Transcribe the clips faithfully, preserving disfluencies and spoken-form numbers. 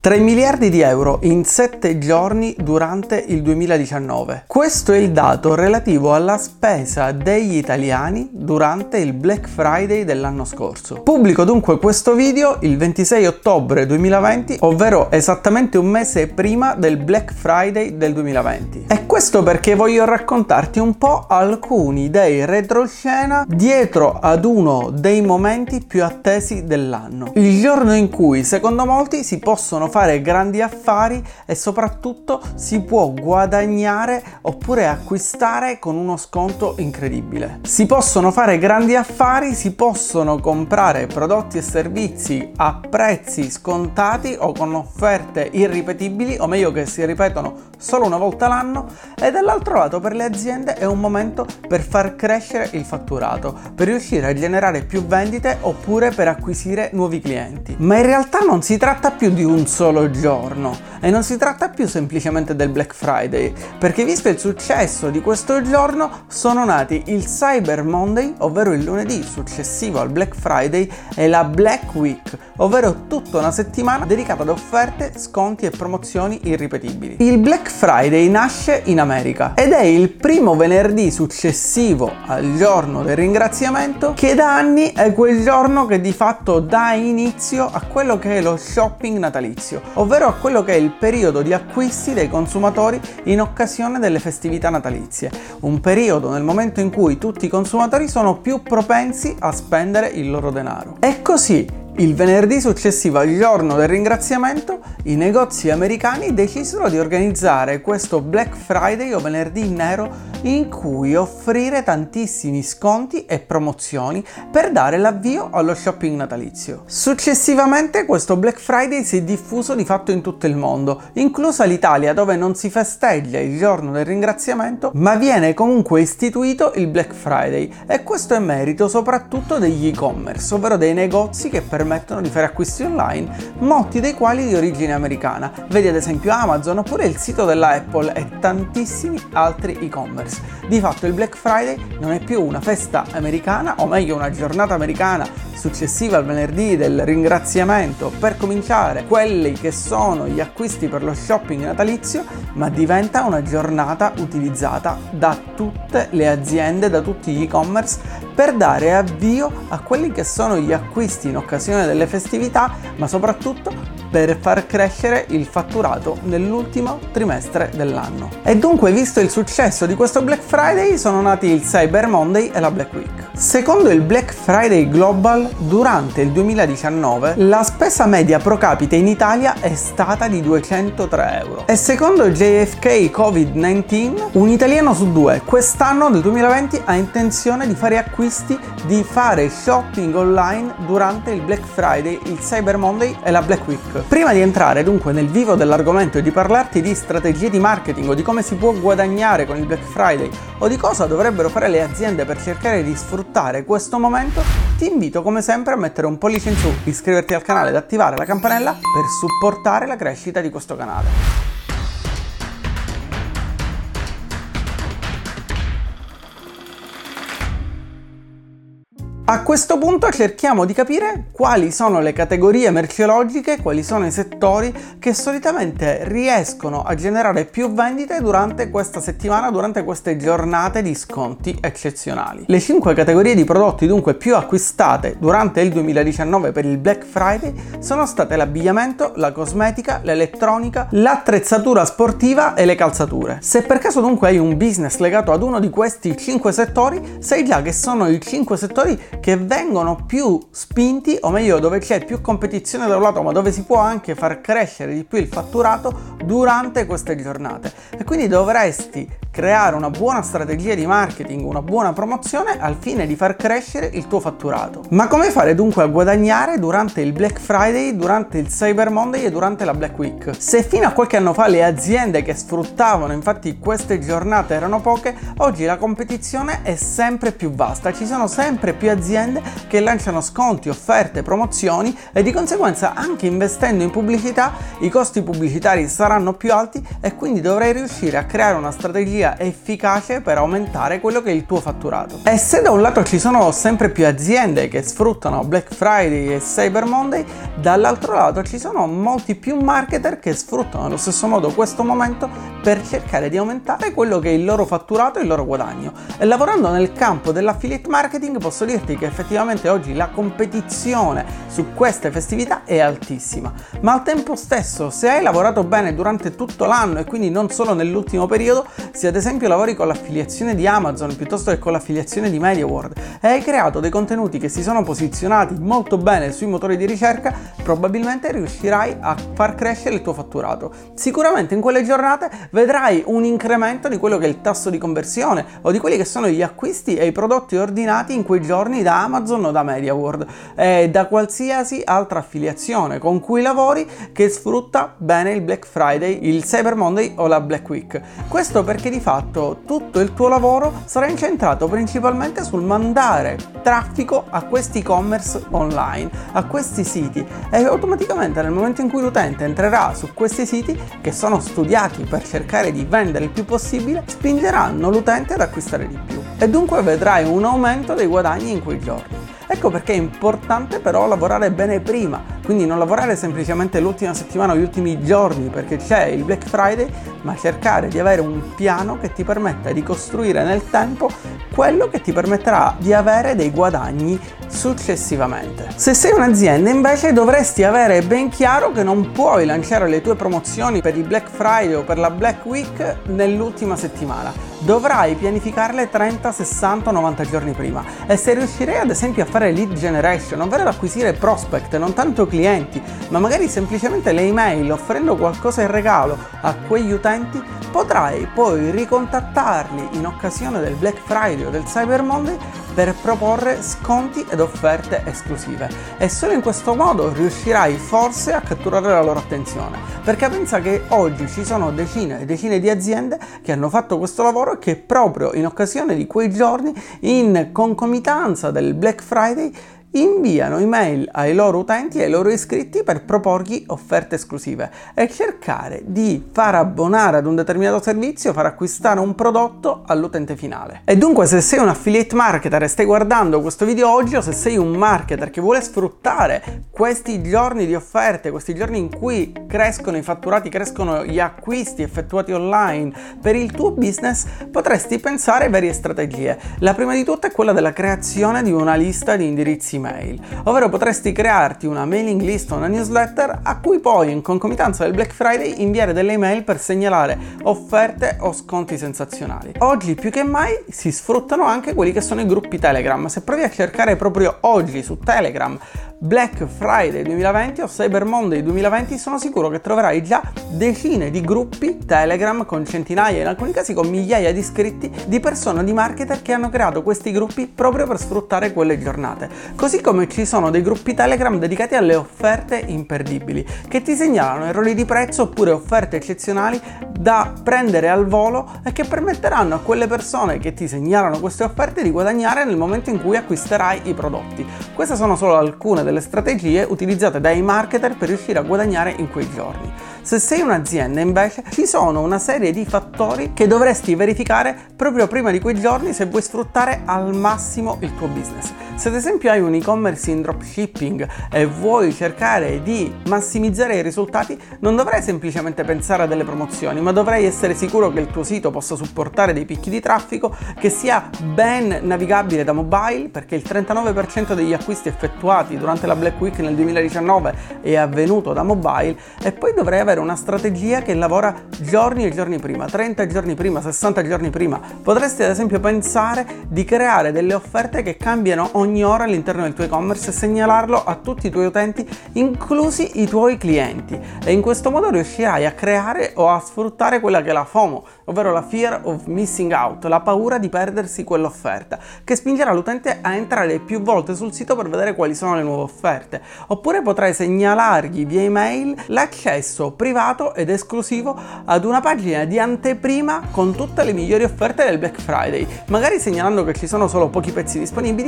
tre miliardi di euro in sette giorni durante il duemiladiciannove. Questo è il dato relativo alla spesa degli italiani durante il Black Friday dell'anno scorso. Pubblico dunque questo video il ventisei ottobre duemilaventi, ovvero esattamente un mese prima del Black Friday del duemilaventi. E questo perché voglio raccontarti un po' alcuni dei retroscena dietro ad uno dei momenti più attesi dell'anno. Il giorno in cui, secondo molti, si possono fare grandi affari e soprattutto si può guadagnare oppure acquistare con uno sconto incredibile. Si possono fare grandi affari, si possono comprare prodotti e servizi a prezzi scontati o con offerte irripetibili, o meglio che si ripetono solo una volta l'anno, e dall'altro lato per le aziende è un momento per far crescere il fatturato, per riuscire a generare più vendite oppure per acquisire nuovi clienti. Ma in realtà non si tratta più di un solo giorno e non si tratta più semplicemente del Black Friday, perché visto il successo di questo giorno sono nati il Cyber Monday, ovvero il lunedì successivo al Black Friday, e la Black Week, ovvero tutta una settimana dedicata ad offerte, sconti e promozioni irripetibili. Il Black Friday nasce in America ed è il primo venerdì successivo al giorno del ringraziamento, che da anni è quel giorno che di fatto dà inizio a quello che è lo shopping natalizio, ovvero a quello che è il periodo di acquisti dei consumatori in occasione delle festività natalizie, un periodo nel momento in cui tutti i consumatori sono più propensi a spendere il loro denaro. E così, il venerdì successivo al giorno del ringraziamento, i negozi americani decisero di organizzare questo Black Friday o venerdì nero in cui offrire tantissimi sconti e promozioni per dare l'avvio allo shopping natalizio. Successivamente questo Black Friday si è diffuso di fatto in tutto il mondo, inclusa l'Italia, dove non si festeggia il giorno del ringraziamento ma viene comunque istituito il Black Friday, e questo è merito soprattutto degli e-commerce, ovvero dei negozi che permettono di fare acquisti online, molti dei quali di origine americana. Vedi ad esempio Amazon oppure il sito della Apple e tantissimi altri e-commerce. Di fatto il Black Friday non è più una festa americana, o meglio una giornata americana successiva al venerdì del ringraziamento per cominciare quelli che sono gli acquisti per lo shopping natalizio, ma diventa una giornata utilizzata da tutte le aziende, da tutti gli e-commerce, per dare avvio a quelli che sono gli acquisti in occasione delle festività, ma soprattutto per far crescere il fatturato nell'ultimo trimestre dell'anno. E dunque, visto il successo di questo Black Friday, sono nati il Cyber Monday e la Black Week. Secondo il Black Friday Global, durante il duemiladiciannove la spesa media pro capite in Italia è stata di duecentotre euro, e secondo J F K Covid diciannove un italiano su due quest'anno del duemilaventi ha intenzione di fare acquisti, di fare shopping online durante il Black Friday, il Cyber Monday e la Black Week. Prima di entrare dunque nel vivo dell'argomento e di parlarti di strategie di marketing o di come si può guadagnare con il Black Friday o di cosa dovrebbero fare le aziende per cercare di sfruttare questo momento, ti invito come sempre a mettere un pollice in su, iscriverti al canale ed attivare la campanella per supportare la crescita di questo canale. A questo punto cerchiamo di capire quali sono le categorie merceologiche, quali sono i settori che solitamente riescono a generare più vendite durante questa settimana, durante queste giornate di sconti eccezionali. Le cinque categorie di prodotti dunque più acquistate durante il duemiladiciannove per il Black Friday sono state l'abbigliamento, la cosmetica, l'elettronica, l'attrezzatura sportiva e le calzature. Se per caso dunque hai un business legato ad uno di questi cinque settori, sai già che sono i cinque settori che vengono più spinti, o meglio dove c'è più competizione da un lato, ma dove si può anche far crescere di più il fatturato durante queste giornate. E quindi dovresti creare una buona strategia di marketing, una buona promozione al fine di far crescere il tuo fatturato. Ma come fare dunque a guadagnare durante il Black Friday, durante il Cyber Monday e durante la Black Week? Se fino a qualche anno fa le aziende che sfruttavano infatti queste giornate erano poche, oggi la competizione è sempre più vasta, ci sono sempre più aziende che lanciano sconti, offerte, promozioni, e di conseguenza anche investendo in pubblicità i costi pubblicitari saranno più alti, e quindi dovrai riuscire a creare una strategia strategia efficace per aumentare quello che è il tuo fatturato. E se da un lato ci sono sempre più aziende che sfruttano Black Friday e Cyber Monday, dall'altro lato ci sono molti più marketer che sfruttano allo stesso modo questo momento per cercare di aumentare quello che è il loro fatturato e il loro guadagno. E lavorando nel campo dell'affiliate marketing posso dirti che effettivamente oggi la competizione su queste festività è altissima, ma al tempo stesso, se hai lavorato bene durante tutto l'anno e quindi non solo nell'ultimo periodo, se ad esempio lavori con l'affiliazione di Amazon piuttosto che con l'affiliazione di MediaWorld e hai creato dei contenuti che si sono posizionati molto bene sui motori di ricerca, probabilmente riuscirai a far crescere il tuo fatturato. Sicuramente in quelle giornate vedrai un incremento di quello che è il tasso di conversione o di quelli che sono gli acquisti e i prodotti ordinati in quei giorni da Amazon o da MediaWorld e da qualsiasi altra affiliazione con cui lavori che sfrutta bene il Black Friday, il Cyber Monday o la Black Week. Questo perché di fatto tutto il tuo lavoro sarà incentrato principalmente sul mandare traffico a questi e-commerce online, a questi siti, e automaticamente nel momento in cui l'utente entrerà su questi siti che sono studiati per cercare di vendere il più possibile, spingeranno l'utente ad acquistare di più e dunque vedrai un aumento dei guadagni in quei giorni. Ecco perché è importante però lavorare bene prima, quindi non lavorare semplicemente l'ultima settimana o gli ultimi giorni perché c'è il Black Friday, ma cercare di avere un piano che ti permetta di costruire nel tempo quello che ti permetterà di avere dei guadagni successivamente. Se sei un'azienda invece dovresti avere ben chiaro che non puoi lanciare le tue promozioni per il Black Friday o per la Black Week nell'ultima settimana. Dovrai pianificarle trenta, sessanta, novanta giorni prima e se riuscirei ad esempio a fare lead generation, ovvero ad acquisire prospect, non tanto clienti, ma magari semplicemente le email offrendo qualcosa in regalo a quegli utenti, potrai poi ricontattarli in occasione del Black Friday o del Cyber Monday per proporre sconti ed offerte esclusive e solo in questo modo riuscirai forse a catturare la loro attenzione, perché pensa che oggi ci sono decine e decine di aziende che hanno fatto questo lavoro e che proprio in occasione di quei giorni, in concomitanza del Black Friday, inviano email ai loro utenti e ai loro iscritti per proporgli offerte esclusive e cercare di far abbonare ad un determinato servizio, far acquistare un prodotto all'utente finale. E dunque se sei un affiliate marketer e stai guardando questo video oggi, o se sei un marketer che vuole sfruttare questi giorni di offerte, questi giorni in cui crescono i fatturati, crescono gli acquisti effettuati online per il tuo business, potresti pensare a varie strategie. La prima di tutte è quella della creazione di una lista di indirizzi mail, ovvero potresti crearti una mailing list o una newsletter a cui poi in concomitanza del Black Friday inviare delle email per segnalare offerte o sconti sensazionali. Oggi più che mai si sfruttano anche quelli che sono i gruppi Telegram. Se provi a cercare proprio oggi su Telegram Black Friday duemilaventi o Cyber Monday duemilaventi, sono sicuro che troverai già decine di gruppi Telegram con centinaia, in alcuni casi con migliaia di iscritti, di persone, di marketer che hanno creato questi gruppi proprio per sfruttare quelle giornate. Così come ci sono dei gruppi Telegram dedicati alle offerte imperdibili, che ti segnalano errori di prezzo oppure offerte eccezionali da prendere al volo e che permetteranno a quelle persone che ti segnalano queste offerte di guadagnare nel momento in cui acquisterai i prodotti. Queste sono solo alcune delle strategie utilizzate dai marketer per riuscire a guadagnare in quei giorni. Se sei un'azienda invece ci sono una serie di fattori che dovresti verificare proprio prima di quei giorni se vuoi sfruttare al massimo il tuo business. Se ad esempio hai un e-commerce in dropshipping e vuoi cercare di massimizzare i risultati, non dovrai semplicemente pensare a delle promozioni, ma dovrai essere sicuro che il tuo sito possa supportare dei picchi di traffico, che sia ben navigabile da mobile, perché il trentanove per cento degli acquisti effettuati durante la Black Week nel duemiladiciannove è avvenuto da mobile, e poi dovrai avere una strategia che lavora giorni e giorni prima, trenta giorni prima, sessanta giorni prima. Potresti ad esempio pensare di creare delle offerte che cambiano ogni ora all'interno del tuo e-commerce e segnalarlo a tutti i tuoi utenti, inclusi i tuoi clienti, e in questo modo riuscirai a creare o a sfruttare quella che è la FOMO, ovvero la fear of missing out, la paura di perdersi quell'offerta, che spingerà l'utente a entrare più volte sul sito per vedere quali sono le nuove offerte. Oppure potrai segnalargli via email l'accesso privato ed esclusivo ad una pagina di anteprima con tutte le migliori offerte del Black Friday, magari segnalando che ci sono solo pochi pezzi disponibili e che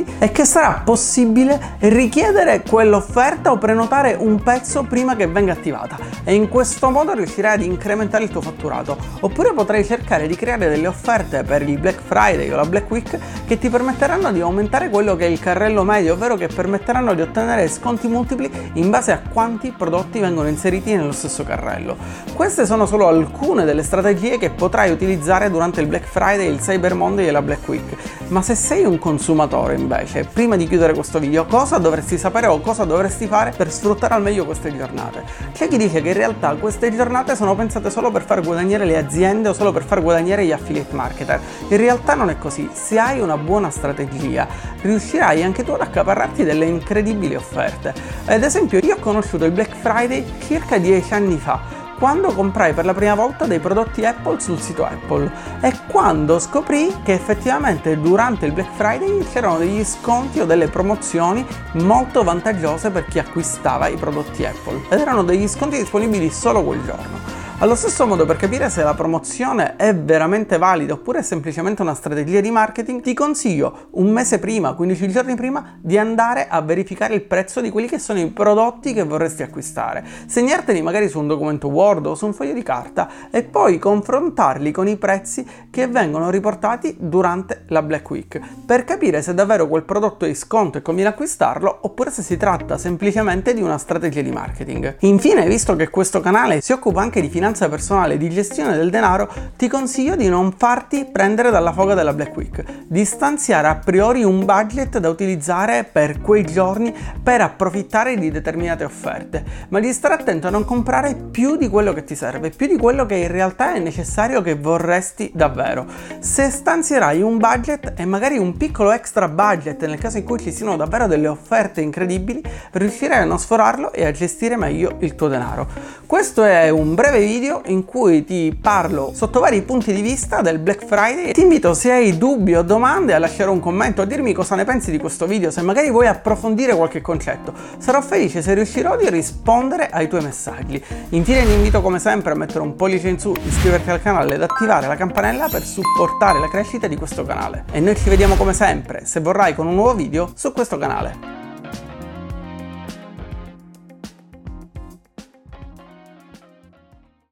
che sarà possibile richiedere quell'offerta o prenotare un pezzo prima che venga attivata, e in questo modo riuscirai ad incrementare il tuo fatturato. Oppure potrai cercare di creare delle offerte per il Black Friday o la Black Week che ti permetteranno di aumentare quello che è il carrello medio, ovvero che permetteranno di ottenere sconti multipli in base a quanti prodotti vengono inseriti nello stesso carrello. Queste sono solo alcune delle strategie che potrai utilizzare durante il Black Friday, il Cyber Monday e la Black Week. Ma se sei un consumatore invece, prima di chiudere questo video, cosa dovresti sapere o cosa dovresti fare per sfruttare al meglio queste giornate? C'è chi dice che in realtà queste giornate sono pensate solo per far guadagnare le aziende o solo per far guadagnare gli affiliate marketer. In realtà non è così. Se hai una buona strategia, riuscirai anche tu ad accaparrarti delle incredibili offerte. Ad esempio, io ho conosciuto il Black Friday circa dieci anni fa, quando comprai per la prima volta dei prodotti Apple sul sito Apple, e quando scoprì che effettivamente durante il Black Friday c'erano degli sconti o delle promozioni molto vantaggiose per chi acquistava i prodotti Apple, ed erano degli sconti disponibili solo quel giorno. Allo stesso modo, per capire se la promozione è veramente valida oppure è semplicemente una strategia di marketing, ti consiglio un mese prima, quindici giorni prima, di andare a verificare il prezzo di quelli che sono i prodotti che vorresti acquistare, segnarteli magari su un documento Word o su un foglio di carta e poi confrontarli con i prezzi che vengono riportati durante la Black Week, per capire se davvero quel prodotto è in sconto e conviene acquistarlo oppure se si tratta semplicemente di una strategia di marketing. Infine, visto che questo canale si occupa anche di finanza personale e di gestione del denaro, ti consiglio di non farti prendere dalla foga della Black Week, di stanziare a priori un budget da utilizzare per quei giorni per approfittare di determinate offerte, ma di stare attento a non comprare più di quello che ti serve, più di quello che in realtà è necessario, che vorresti davvero. Se stanzierai un budget e magari un piccolo extra budget nel caso in cui ci siano davvero delle offerte incredibili, riuscirai a non sforarlo e a gestire meglio il tuo denaro. Questo è un breve video in cui ti parlo sotto vari punti di vista del Black Friday. Ti invito, se hai dubbi o domande, a lasciare un commento, a dirmi cosa ne pensi di questo video, se magari vuoi approfondire qualche concetto. Sarò felice se riuscirò di rispondere ai tuoi messaggi. Infine ti invito come sempre a mettere un pollice in su, iscriverti al canale ed attivare la campanella per supportare la crescita di questo canale. E noi ci vediamo come sempre, se vorrai, con un nuovo video su questo canale.